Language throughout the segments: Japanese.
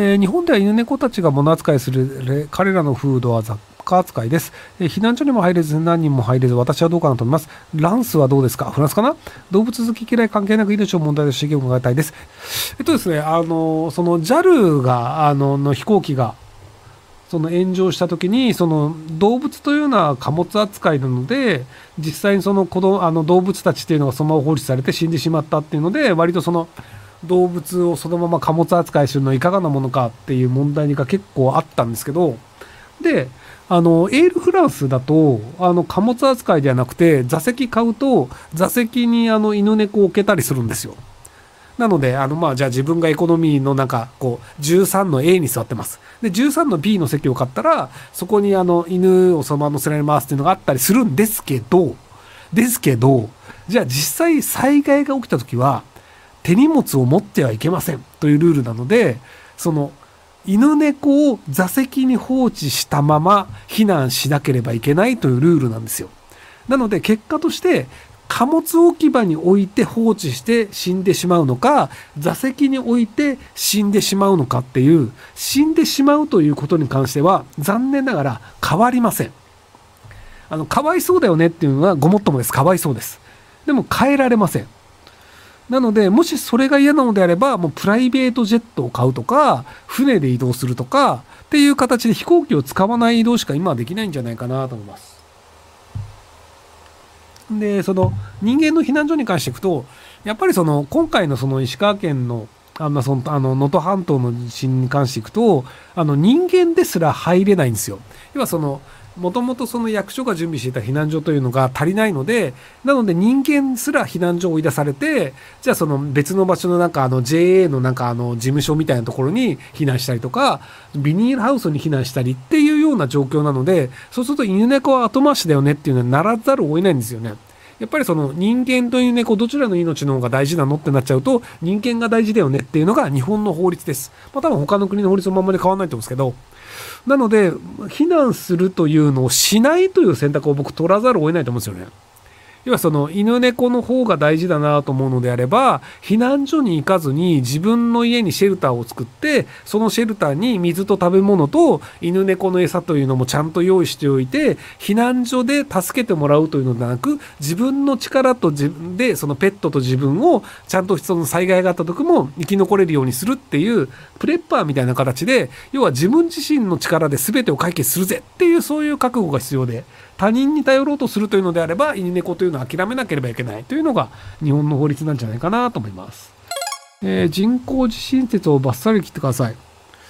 日本では犬猫たちが物扱いする彼らのフードは雑貨扱いです。避難所にも入れず何人も入れず、私はどうかなと思います。ランスはどうですか？フランスかな？動物好き嫌い関係なく命を問題として意見を伺いたいです。ですね、その JAL がの飛行機がその炎上した時に、その動物というのは貨物扱いなので、実際にその動物たちっていうのがそのまま放置されて死んでしまったっていうので、割とその動物をそのまま貨物扱いするのはいかがなものかっていう問題が結構あったんですけど、でエールフランスだと貨物扱いではなくて、座席買うと座席に犬猫を置けたりするんですよ。なのでじゃあ自分がエコノミーの13の A に座ってます。で13の B の席を買ったら、そこに犬をそのまま乗せられますっていうのがあったりするんですけど、じゃあ実際災害が起きた時は手荷物を持ってはいけませんというルールなので、その犬猫を座席に放置したまま避難しなければいけないというルールなんですよ。なので結果として貨物置き場に置いて放置して死んでしまうのか、座席に置いて死んでしまうのかっていう、死んでしまうということに関しては残念ながら変わりません。かわいそうだよねっていうのはごもっともです。かわいそうです。でも変えられません。なので、もしそれが嫌なのであれば、もうプライベートジェットを買うとか、船で移動するとかっていう形で飛行機を使わない移動しか今はできないんじゃないかなと思います。で、その人間の避難所に関していくと、やっぱり今回のその石川県の能登半島の地震に関していくと、人間ですら入れないんですよ。要はもともとその役所が準備していた避難所というのが足りないので、なので人間すら避難所を追い出されて、じゃあその別の場所のJA の事務所みたいなところに避難したりとか、ビニールハウスに避難したりっていうような状況なので、そうすると犬猫は後回しだよねっていうのはならざるを得ないんですよね。やっぱりその人間と犬猫どちらの命の方が大事なのってなっちゃうと、人間が大事だよねっていうのが日本の法律です。多分他の国の法律のままで変わらないと思うんですけど、なので避難するというのをしないという選択を僕取らざるを得ないと思うんですよね。要はその犬猫の方が大事だなと思うのであれば、避難所に行かずに自分の家にシェルターを作って、そのシェルターに水と食べ物と犬猫の餌というのもちゃんと用意しておいて、避難所で助けてもらうというのではなく、自分の力と自分でそのペットと自分をちゃんとその災害があった時も生き残れるようにするっていうプレッパーみたいな形で、要は自分自身の力で全てを解決するぜっていう、そういう覚悟が必要で、他人に頼ろうとするというのであれば犬猫というのは諦めなければいけないというのが日本の法律なんじゃないかなと思います。人工地震説をバッサリ切ってください。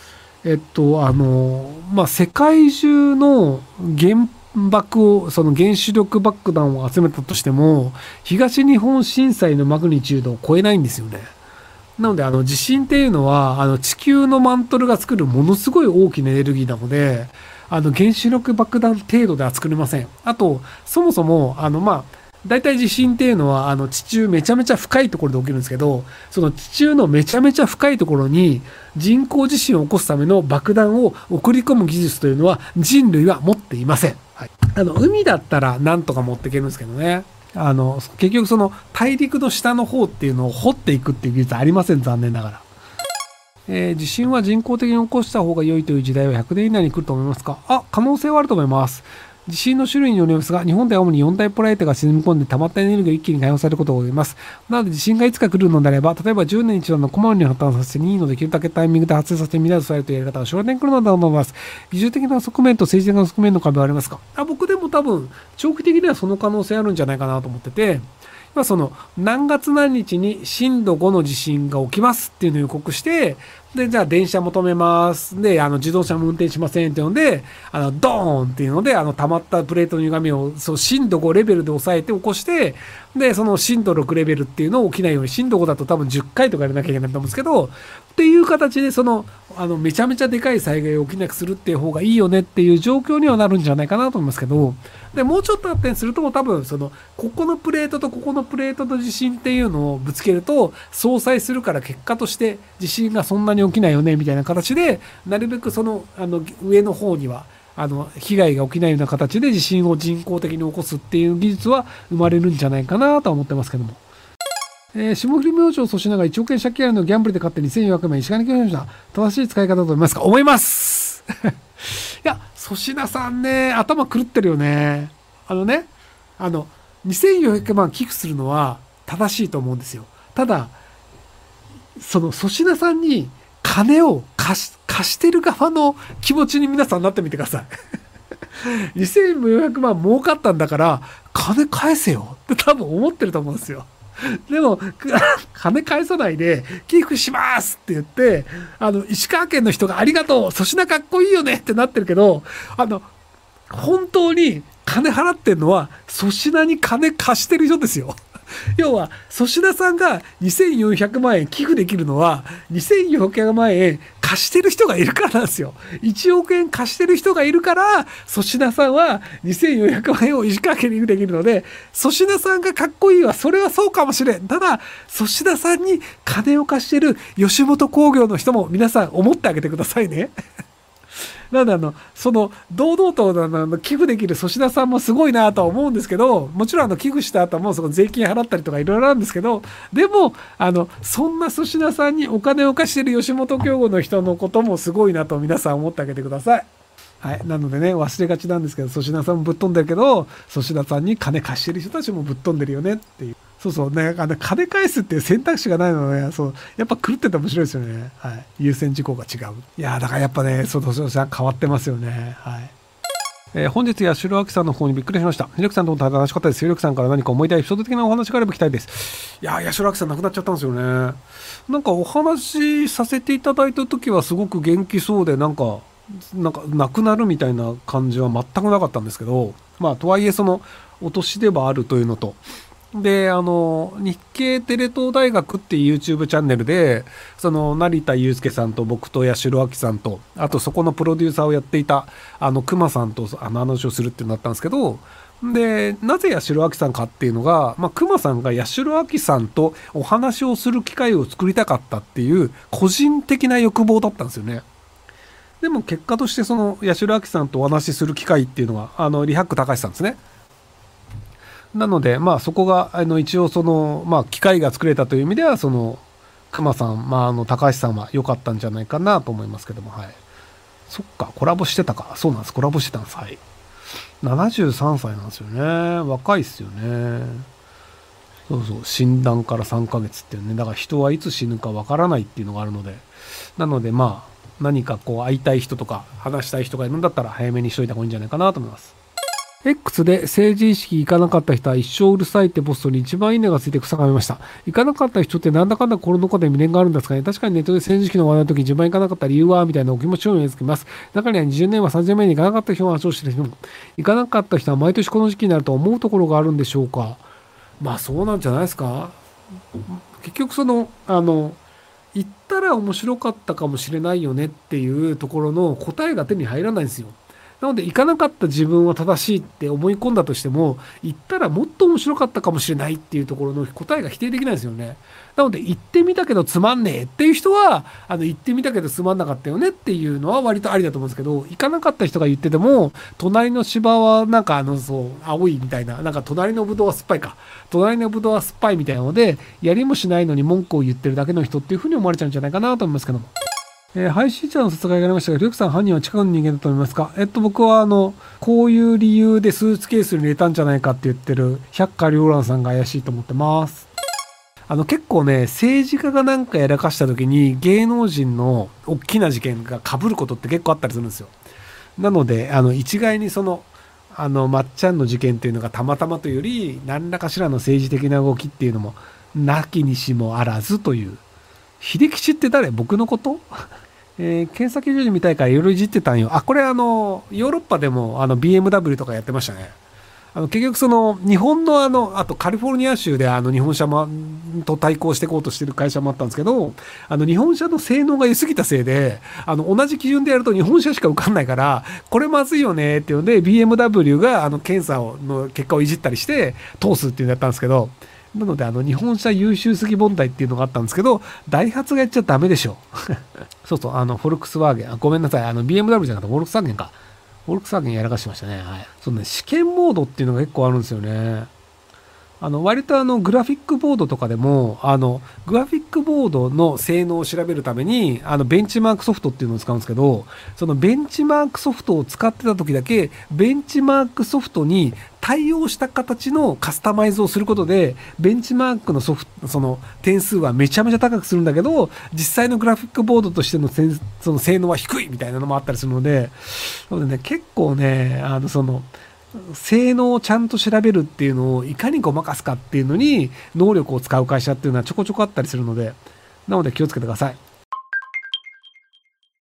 世界中の原爆を、その原子力爆弾を集めたとしても東日本震災のマグニチュードを超えないんですよね。なので地震っていうのは地球のマントルが作るものすごい大きなエネルギーなので、原子力爆弾程度では作れません。あとそもそも大体地震っていうのは地中めちゃめちゃ深いところで起きるんですけど、その地中のめちゃめちゃ深いところに人工地震を起こすための爆弾を送り込む技術というのは人類は持っていません。はい、海だったらなんとか持っていけるんですけどね。結局その大陸の下の方っていうのを掘っていくっていう技術はありません、残念ながら。地震は人工的に起こした方が良いという時代は100年以内に来ると思いますか？可能性はあると思います。地震の種類によりますが、日本では主に4大プライトが沈み込んで溜まったエネルギーが一気に解放されることが多います。なので地震がいつか来るのであれば、例えば10年一度のこまめに破綻させて任意のできるだけタイミングで発生させて乱されるというやり方が将来的に来るのだと思います。技術的な側面と政治的な側面の壁はありますか？僕でも多分長期的にはその可能性あるんじゃないかなと思ってて、その何月何日に震度5の地震が起きますっていうのを予告して、でじゃあ電車求めますで自動車も運転しませんっていうのでドーンっていうので溜まったプレートの歪みを震度5レベルで抑えて起こして、でその震度6レベルっていうのを起きないように、震度5だと多分10回とかやらなきゃいけないと思うんですけど、っていう形でめちゃめちゃでかい災害を起きなくするっていう方がいいよねっていう状況にはなるんじゃないかなと思いますけど、でもうちょっと発展すると多分ここのプレートとここのプレートの地震っていうのをぶつけると相殺するから、結果として地震がそんなに起きないよねみたいな形で、なるべく上の方には被害が起きないような形で地震を人工的に起こすっていう技術は生まれるんじゃないかなとは思ってますけども。 霜降り明星粗品が1億円借金あるのをギャンブルで買って2400万円石川に決めました。正しい使い方だと思いますか？思いますいや、粗品さんね、頭狂ってるよね。2400万寄付するのは正しいと思うんですよ。ただ、その粗品さんに金を貸してる側の気持ちに皆さんなってみてください。2400万儲かったんだから、金返せよって多分思ってると思うんですよ。でも、金返さないで、寄付しますって言って、石川県の人がありがとう、粗品かっこいいよねってなってるけど、本当に金払ってるのは、粗品に金貸してる人ですよ。要は、粗品さんが2400万円寄付できるのは、2400万円貸してる人がいるからなんですよ。1億円貸してる人がいるから、粗品さんは2400万円を石川県に寄付できるので、粗品さんがかっこいいは、それはそうかもしれん。ただ、粗品さんに金を貸してる吉本興業の人も皆さん思ってあげてくださいね。なんで堂々と寄付できる粗品さんもすごいなとは思うんですけど、もちろん寄付した後もその税金払ったりとかいろいろあるんですけど、でも、そんな粗品さんにお金を貸してる吉本興業の人のこともすごいなと皆さん思ってあげてください。はい。なのでね、忘れがちなんですけど、粗品さんもぶっ飛んでるけど、粗品さんに金貸してる人たちもぶっ飛んでるよねっていう。そうそうね、金返すっていう選択肢がないのね、やっぱ狂ってて面白いですよね。はい。優先事項が違う。いやー、だからやっぱね、粗品さん変わってますよね。はい。本日、八代亜紀さんの方にびっくりしました。ひろきさんとも楽しかったです。ひろきさんから何か思い出やエピソード的なお話があれば聞きたいです。いやー、八代亜紀さん亡くなっちゃったんですよね。なんかお話しさせていただいた時はすごく元気そうで、なんか亡くなるみたいな感じは全くなかったんですけど、まあ、とはいえお年ではあるというのと、で、日経テレ東大学っていう YouTube チャンネルで、成田悠輔さんと僕と八代亜紀さんと、あとそこのプロデューサーをやっていた、熊さんと話をするってなったんですけど、で、なぜ八代亜紀さんかっていうのが、まあ、熊さんが八代亜紀さんとお話をする機会を作りたかったっていう個人的な欲望だったんですよね。でも結果として八代亜紀さんとお話しする機会っていうのは、李白隆さんですね。なので、まあそこが、一応まあ機会が作れたという意味では、熊さん、まあ高橋さんは良かったんじゃないかなと思いますけども、はい。そっか、コラボしてたか。そうなんです、コラボしてたんです。はい。73歳なんですよね。若いっすよね。そうそう、診断から3ヶ月っていうね。だから人はいつ死ぬかわからないっていうのがあるので、なのでまあ、何か会いたい人とか話したい人がいるんだったら早めにしといた方がいいんじゃないかなと思います。X で政治意識行かなかった人は一生うるさいってポストに一番いいねがついて草がめました。行かなかった人ってなんだかんだ心の中で未練があるんですかね。確かにネットで政治意識の話題の時に自分行かなかった理由はみたいなお気持ちを見つけます。中には20年は30年目に行かなかった人が話をしている人も、行かなかった人は毎年この時期になると思うところがあるんでしょうか。まあそうなんじゃないですか。結局行ったら面白かったかもしれないよねっていうところの答えが手に入らないんですよ。なので行かなかった自分は正しいって思い込んだとしても、行ったらもっと面白かったかもしれないっていうところの答えが否定できないですよね。なので行ってみたけどつまんねえっていう人は、行ってみたけどつまんなかったよねっていうのは割とありだと思うんですけど、行かなかった人が言ってても、隣の芝はなんか青いみたいな、なんか隣のブドウは酸っぱいか。隣のブドウは酸っぱいみたいなので、やりもしないのに文句を言ってるだけの人っていうふうに思われちゃうんじゃないかなと思いますけども。配信者の殺害がありましたが、ひろきさん犯人は近くの人間だと思いますか？僕はこういう理由でスーツケースに入れたんじゃないかって言ってる百花繚乱さんが怪しいと思ってます。結構ね、政治家がなんかやらかした時に芸能人の大きな事件が被ることって結構あったりするんですよ。なので、一概にまっちゃんの事件っていうのがたまたまというより、何らかしらの政治的な動きっていうのも、なきにしもあらずという。秀吉って誰？僕のこと検索記事見たいからいろいろいじってたんよ。あ、これヨーロッパでもBMW とかやってましたね。結局日本のあとカリフォルニア州で日本車と対抗していこうとしてる会社もあったんですけど、日本車の性能が良すぎたせいで、同じ基準でやると日本車しか受かんないから、これまずいよねっていうので、BMW が検査の結果をいじったりして通すっていうのやったんですけど、なので日本車優秀すぎ問題っていうのがあったんですけど、ダイハツがやっちゃダメでしょ。そうそう、フォルクスワーゲン、ごめんなさい、BMW じゃなくてフォルクスワーゲンか。フォルクスワーゲンやらかしてましたね。はい。試験モードっていうのが結構あるんですよね。 割とグラフィックボードとかでも、グラフィックボードの性能を調べるために、ベンチマークソフトっていうのを使うんですけど、そのベンチマークソフトを使ってた時だけ、ベンチマークソフトに対応した形のカスタマイズをすることで、ベンチマークのその点数はめちゃめちゃ高くするんだけど、実際のグラフィックボードとしてのその性能は低いみたいなのもあったりするので、なのでね、結構ね、性能をちゃんと調べるっていうのをいかにごまかすかっていうのに能力を使う会社っていうのはちょこちょこあったりするので、なので気をつけてください。